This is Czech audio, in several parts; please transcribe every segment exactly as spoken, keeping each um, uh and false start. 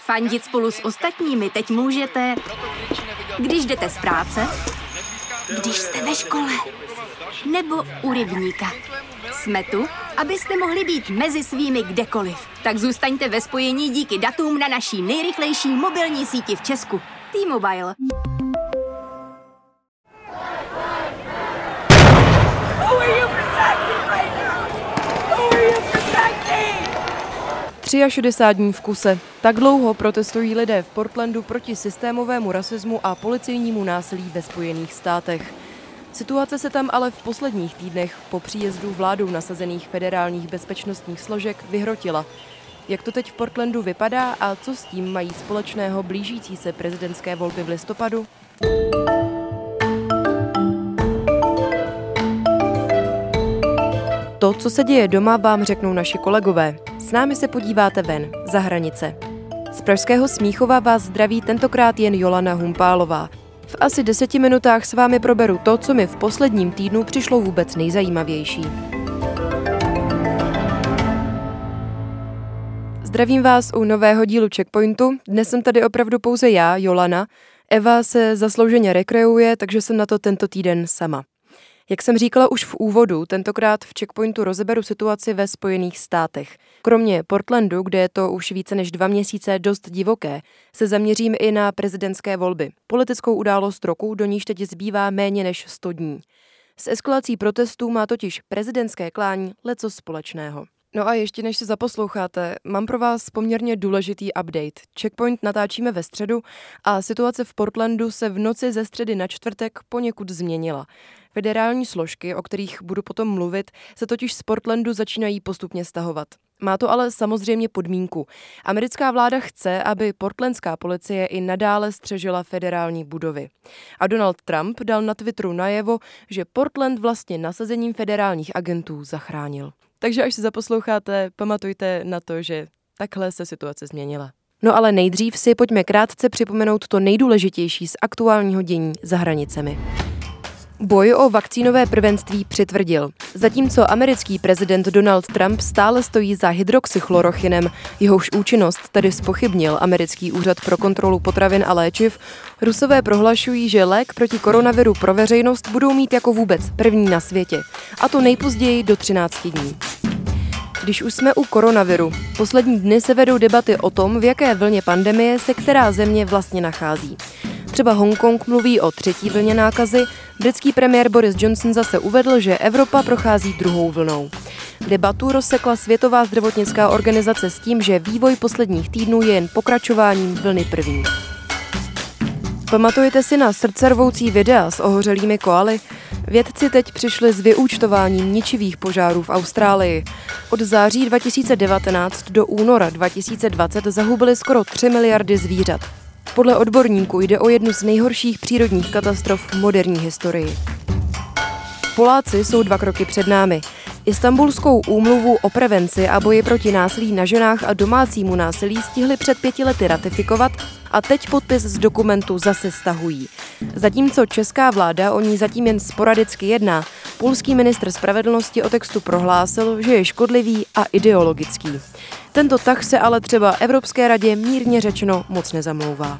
Fandit spolu s ostatními teď můžete, když jdete z práce, když jste ve škole, nebo u rybníka. Jsme tu, abyste mohli být mezi svými kdekoliv. Tak zůstaňte ve spojení díky datům na naší nejrychlejší mobilní síti v Česku. T-Mobile. šedesát tři dní v kuse. Tak dlouho protestují lidé v Portlandu proti systémovému rasismu a policejnímu násilí ve Spojených státech. Situace se tam ale v posledních týdnech po příjezdu vládou nasazených federálních bezpečnostních složek vyhrotila. Jak to teď v Portlandu vypadá a co s tím mají společného blížící se prezidentské volby v listopadu? To, co se děje doma, vám řeknou naši kolegové. S námi se podíváte ven, za hranice. Z pražského Smíchova vás zdraví tentokrát jen Jolana Humpálová. V asi deseti minutách s vámi proberu to, co mi v posledním týdnu přišlo vůbec nejzajímavější. Zdravím vás u nového dílu Checkpointu. Dnes jsem tady opravdu pouze já, Jolana. Eva se zaslouženě rekreuje, takže jsem na to tento týden sama. Jak jsem říkala už v úvodu, tentokrát v Checkpointu rozeberu situaci ve Spojených státech. Kromě Portlandu, kde je to už více než dva měsíce dost divoké, se zaměřím i na prezidentské volby. Politickou událost roku, do níž teď zbývá méně než sto dní. S eskalací protestů má totiž prezidentské klání leco společného. No a ještě než se zaposloucháte, mám pro vás poměrně důležitý update. Checkpoint natáčíme ve středu a situace v Portlandu se v noci ze středy na čtvrtek poněkud změnila. Federální složky, o kterých budu potom mluvit, se totiž z Portlandu začínají postupně stahovat. Má to ale samozřejmě podmínku. Americká vláda chce, aby portlandská policie i nadále střežila federální budovy. A Donald Trump dal na Twitteru najevo, že Portland vlastně nasazením federálních agentů zachránil. Takže až se zaposloucháte, pamatujte na to, že takhle se situace změnila. No ale nejdřív si pojďme krátce připomenout to nejdůležitější z aktuálního dění za hranicemi. Boj o vakcínové prvenství přitvrdil. Zatímco americký prezident Donald Trump stále stojí za hydroxychlorochinem, jehož účinnost tedy zpochybnil americký úřad pro kontrolu potravin a léčiv, Rusové prohlašují, že lék proti koronaviru pro veřejnost budou mít jako vůbec první na světě, a to nejpozději do třinácti dní. Když už jsme u koronaviru, poslední dny se vedou debaty o tom, v jaké vlně pandemie se která země vlastně nachází. Třeba Hongkong mluví o třetí vlně nákazy, britský premiér Boris Johnson zase uvedl, že Evropa prochází druhou vlnou. Debatu rozsekla Světová zdravotnická organizace s tím, že vývoj posledních týdnů je jen pokračováním vlny první. Pamatujete si na srdcervoucí videa s ohořelými koaly? Vědci teď přišli s vyúčtováním ničivých požárů v Austrálii. Od září dva tisíce devatenáct do února dva tisíce dvacet zahubily skoro tři miliardy zvířat. Podle odborníků jde o jednu z nejhorších přírodních katastrof v moderní historii. Poláci jsou dva kroky před námi. Istanbulskou úmluvu o prevenci a boji proti násilí na ženách a domácímu násilí stihli před pěti lety ratifikovat a teď podpis z dokumentu zase stahují. Zatímco česká vláda o ní zatím jen sporadicky jedná, polský ministr spravedlnosti o textu prohlásil, že je škodlivý a ideologický. Tento tah se ale třeba Evropské radě mírně řečeno moc nezamlouvá.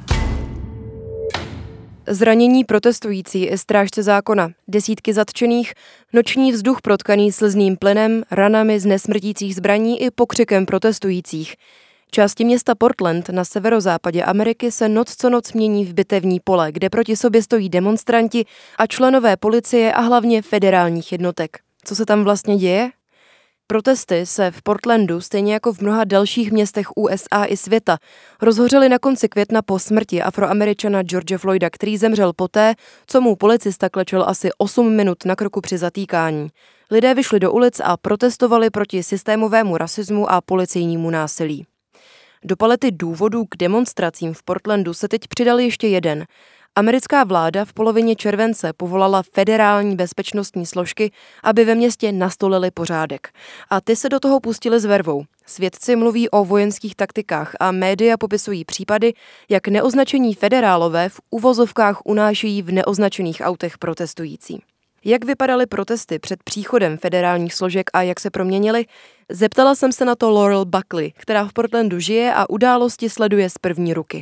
Zranění protestující i strážce zákona, desítky zatčených, noční vzduch protkaný slzným plynem, ranami z nesmrtících zbraní i pokřikem protestujících. Části města Portland na severozápadě Ameriky se noc co noc mění v bitevní pole, kde proti sobě stojí demonstranti a členové policie a hlavně federálních jednotek. Co se tam vlastně děje? Protesty se v Portlandu, stejně jako v mnoha dalších městech U S A i světa, rozhořely na konci května po smrti Afroameričana George Floyda, který zemřel poté, co mu policista klečel asi osm minut na kroku při zatýkání. Lidé vyšli do ulic a protestovali proti systémovému rasismu a policejnímu násilí. Do palety důvodů k demonstracím v Portlandu se teď přidal ještě jeden. Americká vláda v polovině července povolala federální bezpečnostní složky, aby ve městě nastolili pořádek. A ty se do toho pustili s vervou. Svědci mluví o vojenských taktikách a média popisují případy, jak neoznačení federálové v uvozovkách unášejí v neoznačených autech protestující. Jak vypadaly protesty před příchodem federálních složek a jak se proměnily? Zeptala jsem se na to Laurel Buckley, která v Portlandu žije a události sleduje z první ruky.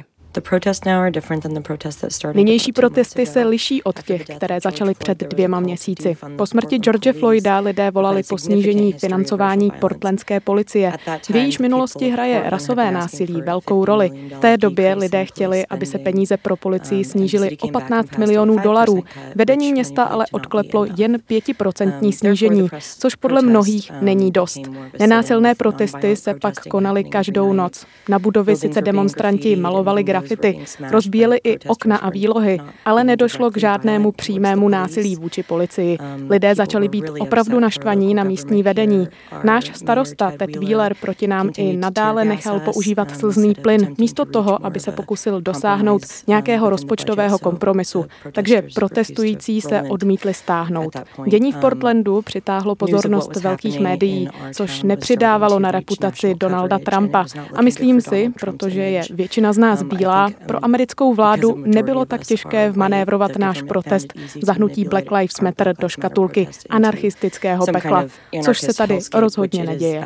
Nynější protesty se liší od těch, které začaly před dvěma měsíci. Po smrti George Floyda lidé volali po snížení financování portlandské policie. V jejíž minulosti hraje rasové násilí velkou roli. V té době lidé chtěli, aby se peníze pro policii snížily o patnáct milionů dolarů. Vedení města ale odkleplo jen pětiprocentní snížení, což podle mnohých není dost. Nenásilné protesty se pak konaly každou noc. Na budovy sice demonstranti malovali grafity, rozbíjeli i okna a výlohy, ale nedošlo k žádnému přímému násilí vůči policii. Lidé začali být opravdu naštvaní na místní vedení. Náš starosta Ted Wheeler proti nám i nadále nechal používat slzný plyn, místo toho, aby se pokusil dosáhnout nějakého rozpočtového kompromisu. Takže protestující se odmítli stáhnout. Dění v Portlandu přitáhlo pozornost velkých médií, což nepřidávalo na reputaci Donalda Trumpa. A myslím si, protože je většina z nás bílá, pro americkou vládu nebylo tak těžké vmanévrovat náš protest v zahnutí Black Lives Matter do škatulky anarchistického pekla, což se tady rozhodně neděje.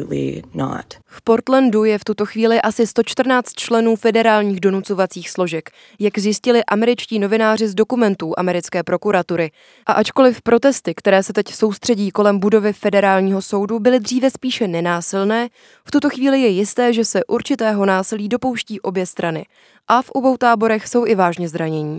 V Portlandu je v tuto chvíli asi sto čtrnáct členů federálních donucovacích složek, jak zjistili američtí novináři z dokumentů americké prokuratury. A ačkoliv protesty, které se teď soustředí kolem budovy federálního soudu, byly dříve spíše nenásilné, v tuto chvíli je jisté, že se určitého násilí dopouští obě strany. A v obou táborech jsou i vážně zranění.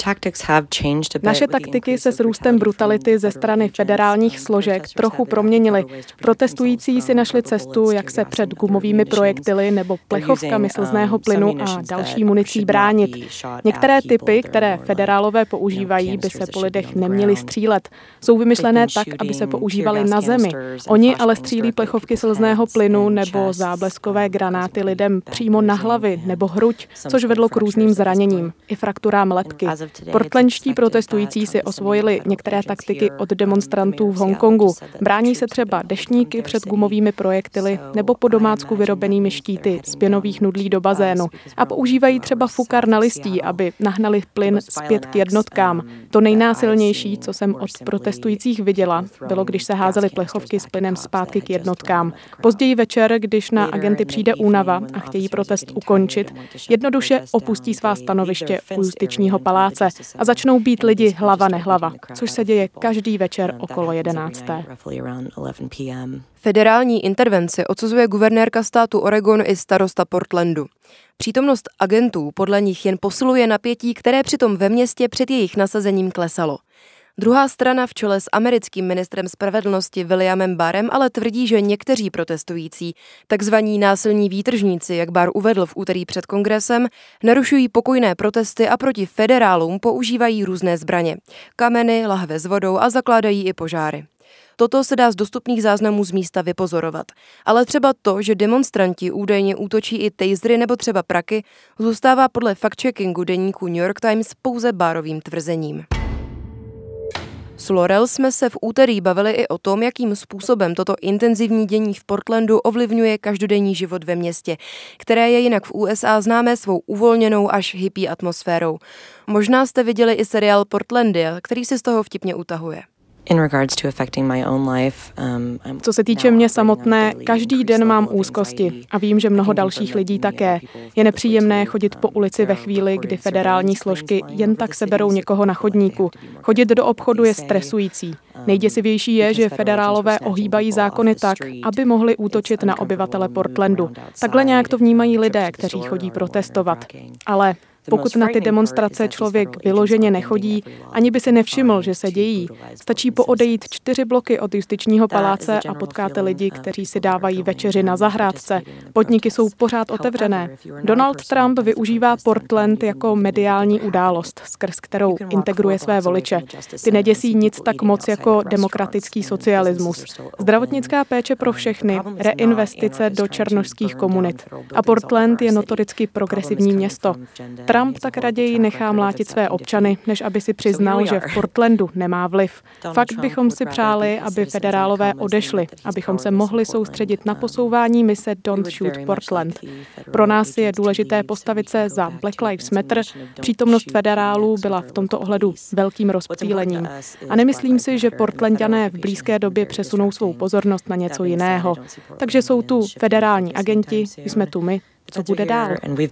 Naše taktiky se s růstem brutality ze strany federálních složek trochu proměnily. Protestující si našli cestu, jak se před gumovými projektily nebo plechovkami slzného plynu a další municí bránit. Některé typy, které federálové používají, by se po lidech neměly střílet. Jsou vymyšlené tak, aby se používaly na zemi. Oni ale střílí plechovky slzného plynu nebo zábleskové granáty lidem přímo na hlavy nebo hruď, což vedlo k různým zraněním i frakturám lebky. Portlandští protestující si osvojili některé taktiky od demonstrantů v Hongkongu. Brání se třeba deštníky před gumovými projektily nebo po domácku vyrobenými štíty z pěnových nudlí do bazénu a používají třeba fukar na listí, aby nahnali plyn zpět k jednotkám. To nejnásilnější, co jsem od protestujících viděla, bylo, když se házely plechovky s plynem zpátky k jednotkám. Později večer, když na agenty přijde únava a chtějí protest ukončit, jednoduše opustí svá stanoviště u justičního paláce a začnou být lidi hlava nehlava, což se děje každý večer okolo jedenácté. Federální intervenci odsuzuje guvernérka státu Oregon i starosta Portlandu. Přítomnost agentů podle nich jen posiluje napětí, které přitom ve městě před jejich nasazením klesalo. Druhá strana v čele s americkým ministrem spravedlnosti Williamem Barrem ale tvrdí, že někteří protestující, takzvaní násilní výtržníci, jak Barr uvedl v úterý před kongresem, narušují pokojné protesty a proti federálům používají různé zbraně, kameny, lahve s vodou a zakládají i požáry. Toto se dá z dostupných záznamů z místa vypozorovat. Ale třeba to, že demonstranti údajně útočí i tasery nebo třeba praky, zůstává podle fact-checkingu deníku New York Times pouze Barrovým tvrzením. S Laurel jsme se v úterý bavili i o tom, jakým způsobem toto intenzivní dění v Portlandu ovlivňuje každodenní život ve městě, které je jinak v U S A známé svou uvolněnou až hippie atmosférou. Možná jste viděli i seriál Portlandia, který si z toho vtipně utahuje. Co se týče mě samotné, každý den mám úzkosti a vím, že mnoho dalších lidí také. Je nepříjemné chodit po ulici ve chvíli, kdy federální složky jen tak seberou někoho na chodníku. Chodit do obchodu je stresující. Nejděsivější je, že federálové ohýbají zákony tak, aby mohli útočit na obyvatele Portlandu. Takhle nějak to vnímají lidé, kteří chodí protestovat. Ale pokud na ty demonstrace člověk vyloženě nechodí, ani by si nevšiml, že se dějí. Stačí poodejít čtyři bloky od justičního paláce a potkáte lidi, kteří si dávají večeři na zahrádce. Podniky jsou pořád otevřené. Donald Trump využívá Portland jako mediální událost, skrz kterou integruje své voliče. Ty neděsí nic tak moc jako demokratický socialismus. Zdravotnická péče pro všechny, reinvestice do černošských komunit. A Portland je notoricky progresivní město. Trump tak raději nechá mlátit své občany, než aby si přiznal, že v Portlandu nemá vliv. Fakt bychom si přáli, aby federálové odešli, abychom se mohli soustředit na posouvání mise Don't Shoot Portland. Pro nás je důležité postavit se za Black Lives Matter. Přítomnost federálů byla v tomto ohledu velkým rozptýlením. A nemyslím si, že Portlanďané v blízké době přesunou svou pozornost na něco jiného. Takže jsou tu federální agenti, jsme tu my. Co bude dál?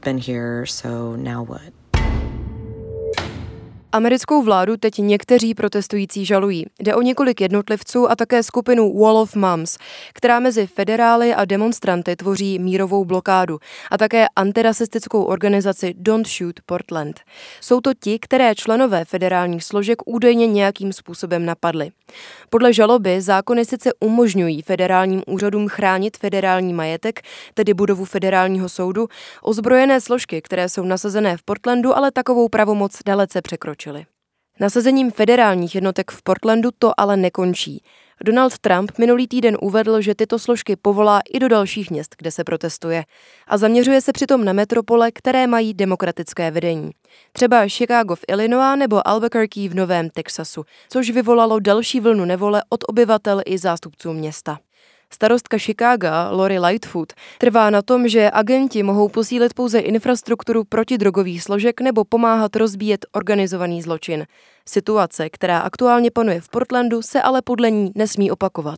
Americkou vládu teď někteří protestující žalují. Jde o několik jednotlivců a také skupinu Wall of Moms, která mezi federály a demonstranty tvoří mírovou blokádu a také antirasistickou organizaci Don't Shoot Portland. Jsou to ti, které členové federálních složek údajně nějakým způsobem napadli. Podle žaloby zákony sice umožňují federálním úřadům chránit federální majetek, tedy budovu federálního soudu, ozbrojené složky, které jsou nasazené v Portlandu, ale takovou pravomoc dalece překročily. Nasazením federálních jednotek v Portlandu to ale nekončí. Donald Trump minulý týden uvedl, že tyto složky povolá i do dalších měst, kde se protestuje. A zaměřuje se přitom na metropole, které mají demokratické vedení. Třeba Chicago v Illinois nebo Albuquerque v Novém Texasu, což vyvolalo další vlnu nevole od obyvatel i zástupců města. Starostka Chicaga, Lori Lightfoot, trvá na tom, že agenti mohou posílit pouze infrastrukturu protidrogových složek nebo pomáhat rozbíjet organizovaný zločin. Situace, která aktuálně panuje v Portlandu, se ale podle ní nesmí opakovat.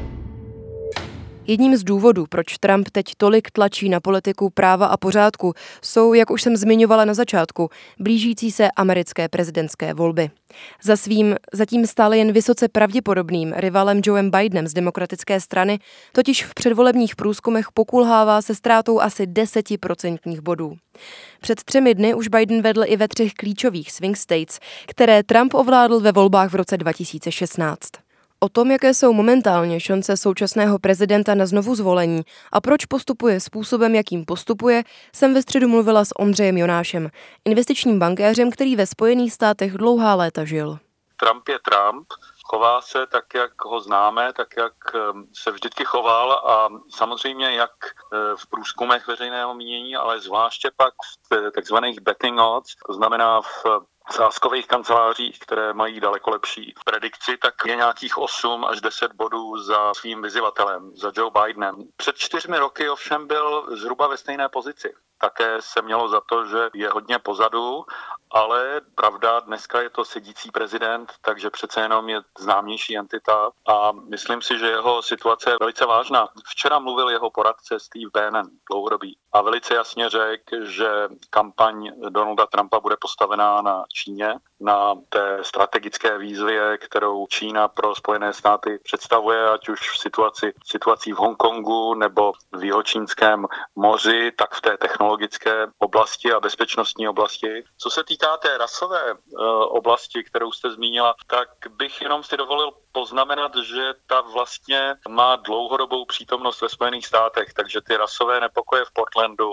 Jedním z důvodů, proč Trump teď tolik tlačí na politiku práva a pořádku, jsou, jak už jsem zmiňovala na začátku, blížící se americké prezidentské volby. Za svým zatím stále jen vysoce pravděpodobným rivalem Joem Bidenem z demokratické strany totiž v předvolebních průzkumech pokulhává se ztrátou asi deset procentních bodů. Před třemi dny už Biden vedl i ve třech klíčových swing states, které Trump ovládl ve volbách v roce dva tisíce šestnáct. O tom, jaké jsou momentálně šance současného prezidenta na znovu zvolení a proč postupuje způsobem, jakým postupuje, jsem ve středu mluvila s Ondřejem Jonášem, investičním bankéřem, který ve Spojených státech dlouhá léta žil. Trump je Trump, chová se tak, jak ho známe, tak, jak se vždycky choval a samozřejmě jak v průzkumech veřejného mínění, ale zvláště pak v takzvaných betting odds, to znamená v sázkových kancelářích, které mají daleko lepší predikci, tak je nějakých osm až deset bodů za svým vyzývatelem, za Joe Bidenem. Před čtyřmi roky ovšem byl zhruba ve stejné pozici. Také se mělo za to, že je hodně pozadu, ale pravda, dneska je to sedící prezident, takže přece jenom je známější entita a myslím si, že jeho situace je velice vážná. Včera mluvil jeho poradce Steve Bannon, dlouhodobý, a velice jasně řekl, že kampaň Donalda Trumpa bude postavená na Číně, na té strategické výzvě, kterou Čína pro Spojené státy představuje, ať už v situaci, situací v Hongkongu nebo v Jihočínském moři, tak v té technologické oblasti a bezpečnostní oblasti. Co se týká té rasové uh, oblasti, kterou jste zmínila, tak bych jenom si dovolil poznamenat, že ta vlastně má dlouhodobou přítomnost ve Spojených státech, takže ty rasové nepokoje v Portlandu,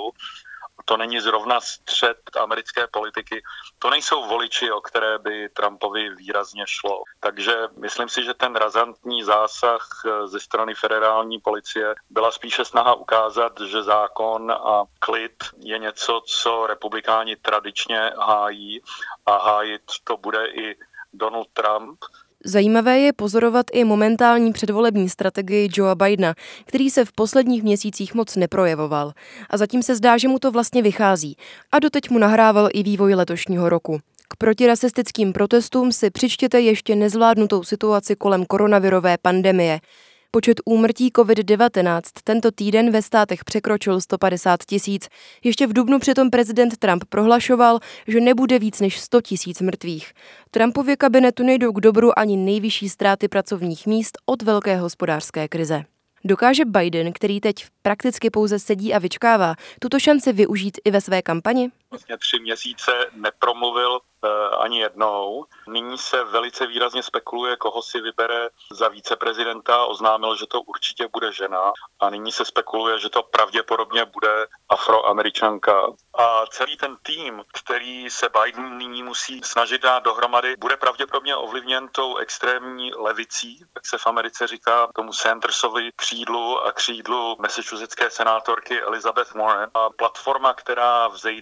to není zrovna střed americké politiky. To nejsou voliči, o které by Trumpovi výrazně šlo. Takže myslím si, že ten razantní zásah ze strany federální policie byla spíše snaha ukázat, že zákon a klid je něco, co republikáni tradičně hájí a hájit to bude i Donald Trump. Zajímavé je pozorovat i momentální předvolební strategii Joea Bidena, který se v posledních měsících moc neprojevoval. A zatím se zdá, že mu to vlastně vychází. A doteď mu nahrával i vývoj letošního roku. K protirasistickým protestům si přičtěte ještě nezvládnutou situaci kolem koronavirové pandemie. Počet úmrtí covid devatenáct tento týden ve státech překročil sto padesát tisíc. Ještě v dubnu přitom prezident Trump prohlašoval, že nebude víc než sto tisíc mrtvých. Trumpově kabinetu nejdou k dobru ani nejvyšší ztráty pracovních míst od velké hospodářské krize. Dokáže Biden, který teď prakticky pouze sedí a vyčkává, tuto šanci využít i ve své kampani? Vlastně tři měsíce nepromluvil uh, ani jednou. Nyní se velice výrazně spekuluje, koho si vybere za viceprezidenta. Oznámil, že to určitě bude žena. A nyní se spekuluje, že to pravděpodobně bude Afroameričanka. A celý ten tým, který se Biden nyní musí snažit dát dohromady, bude pravděpodobně ovlivněn tou extrémní levicí, jak se v Americe říká, tomu Sandersovi křídlu a křídlu massachusettské senátorky Elizabeth Warren. A platforma, která vzejde tedy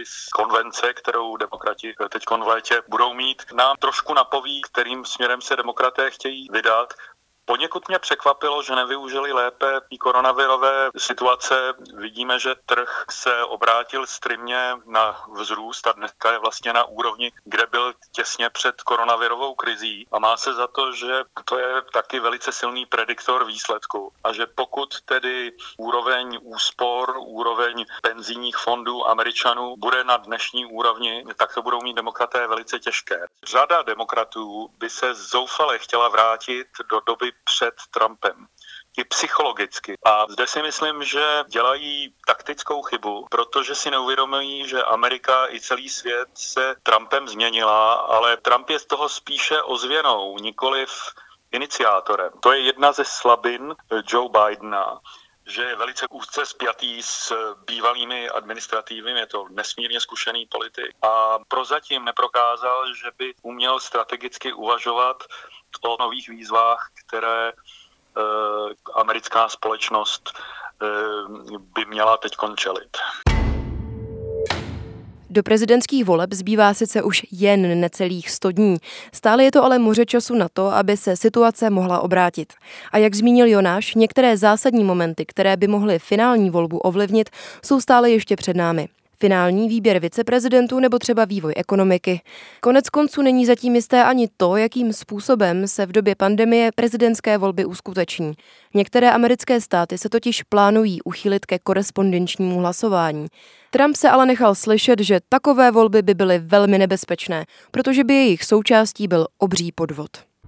diskuzi z konvence, kterou demokrati teď v létě budou mít, nám trošku napoví, kterým směrem se demokraté chtějí vydat. Poněkud mě překvapilo, že nevyužili lépe i koronavirové situace. Vidíme, že trh se obrátil strimně na vzrůst a dneska je vlastně na úrovni, kde byl těsně před koronavirovou krizí. A má se za to, že to je taky velice silný prediktor výsledku. A že pokud tedy úroveň úspor, úroveň penzijních fondů Američanů bude na dnešní úrovni, tak to budou mít demokraté velice těžké. Řada demokratů by se zoufale chtěla vrátit do doby před Trumpem. I psychologicky. A zde si myslím, že dělají taktickou chybu, protože si neuvědomují, že Amerika i celý svět se Trumpem změnila, ale Trump je z toho spíše ozvěnou, nikoliv iniciátorem. To je jedna ze slabin Joe Bidena, že je velice úzce spjatý s bývalými administrativami, je to nesmírně zkušený politik a prozatím neprokázal, že by uměl strategicky uvažovat o nových výzvách, které e, americká společnost e, by měla teď čelit. Do prezidentských voleb zbývá sice už jen necelých sto dní. Stále je to ale moře času na to, aby se situace mohla obrátit. A jak zmínil Jonáš, některé zásadní momenty, které by mohly finální volbu ovlivnit, jsou stále ještě před námi. Finální výběr viceprezidentů nebo třeba vývoj ekonomiky. Konec konců není zatím jisté ani to, jakým způsobem se v době pandemie prezidentské volby uskuteční. Některé americké státy se totiž plánují uchýlit ke korespondenčnímu hlasování. Trump se ale nechal slyšet, že takové volby by byly velmi nebezpečné, protože by jejich součástí byl obří podvod.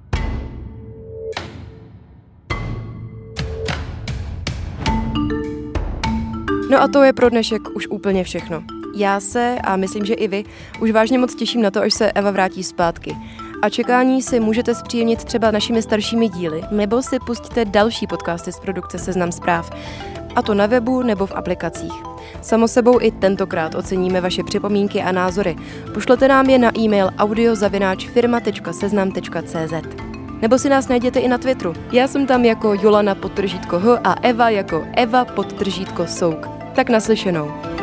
No a to je pro dnešek už úplně všechno. Já se, a myslím, že i vy, už vážně moc těším na to, až se Eva vrátí zpátky. A čekání si můžete zpříjemnit třeba našimi staršími díly, nebo si pustíte další podcasty z produkce Seznam zpráv. A to na webu nebo v aplikacích. Samo sebou i tentokrát oceníme vaše připomínky a názory. Pošlete nám je na e-mail audio zavináč firma tečka seznam tečka cé zet. Nebo si nás najděte i na Twitteru. Já jsem tam jako Jolana podtržítko H a Eva jako Eva podtržítko Souk. Tak naslyšenou.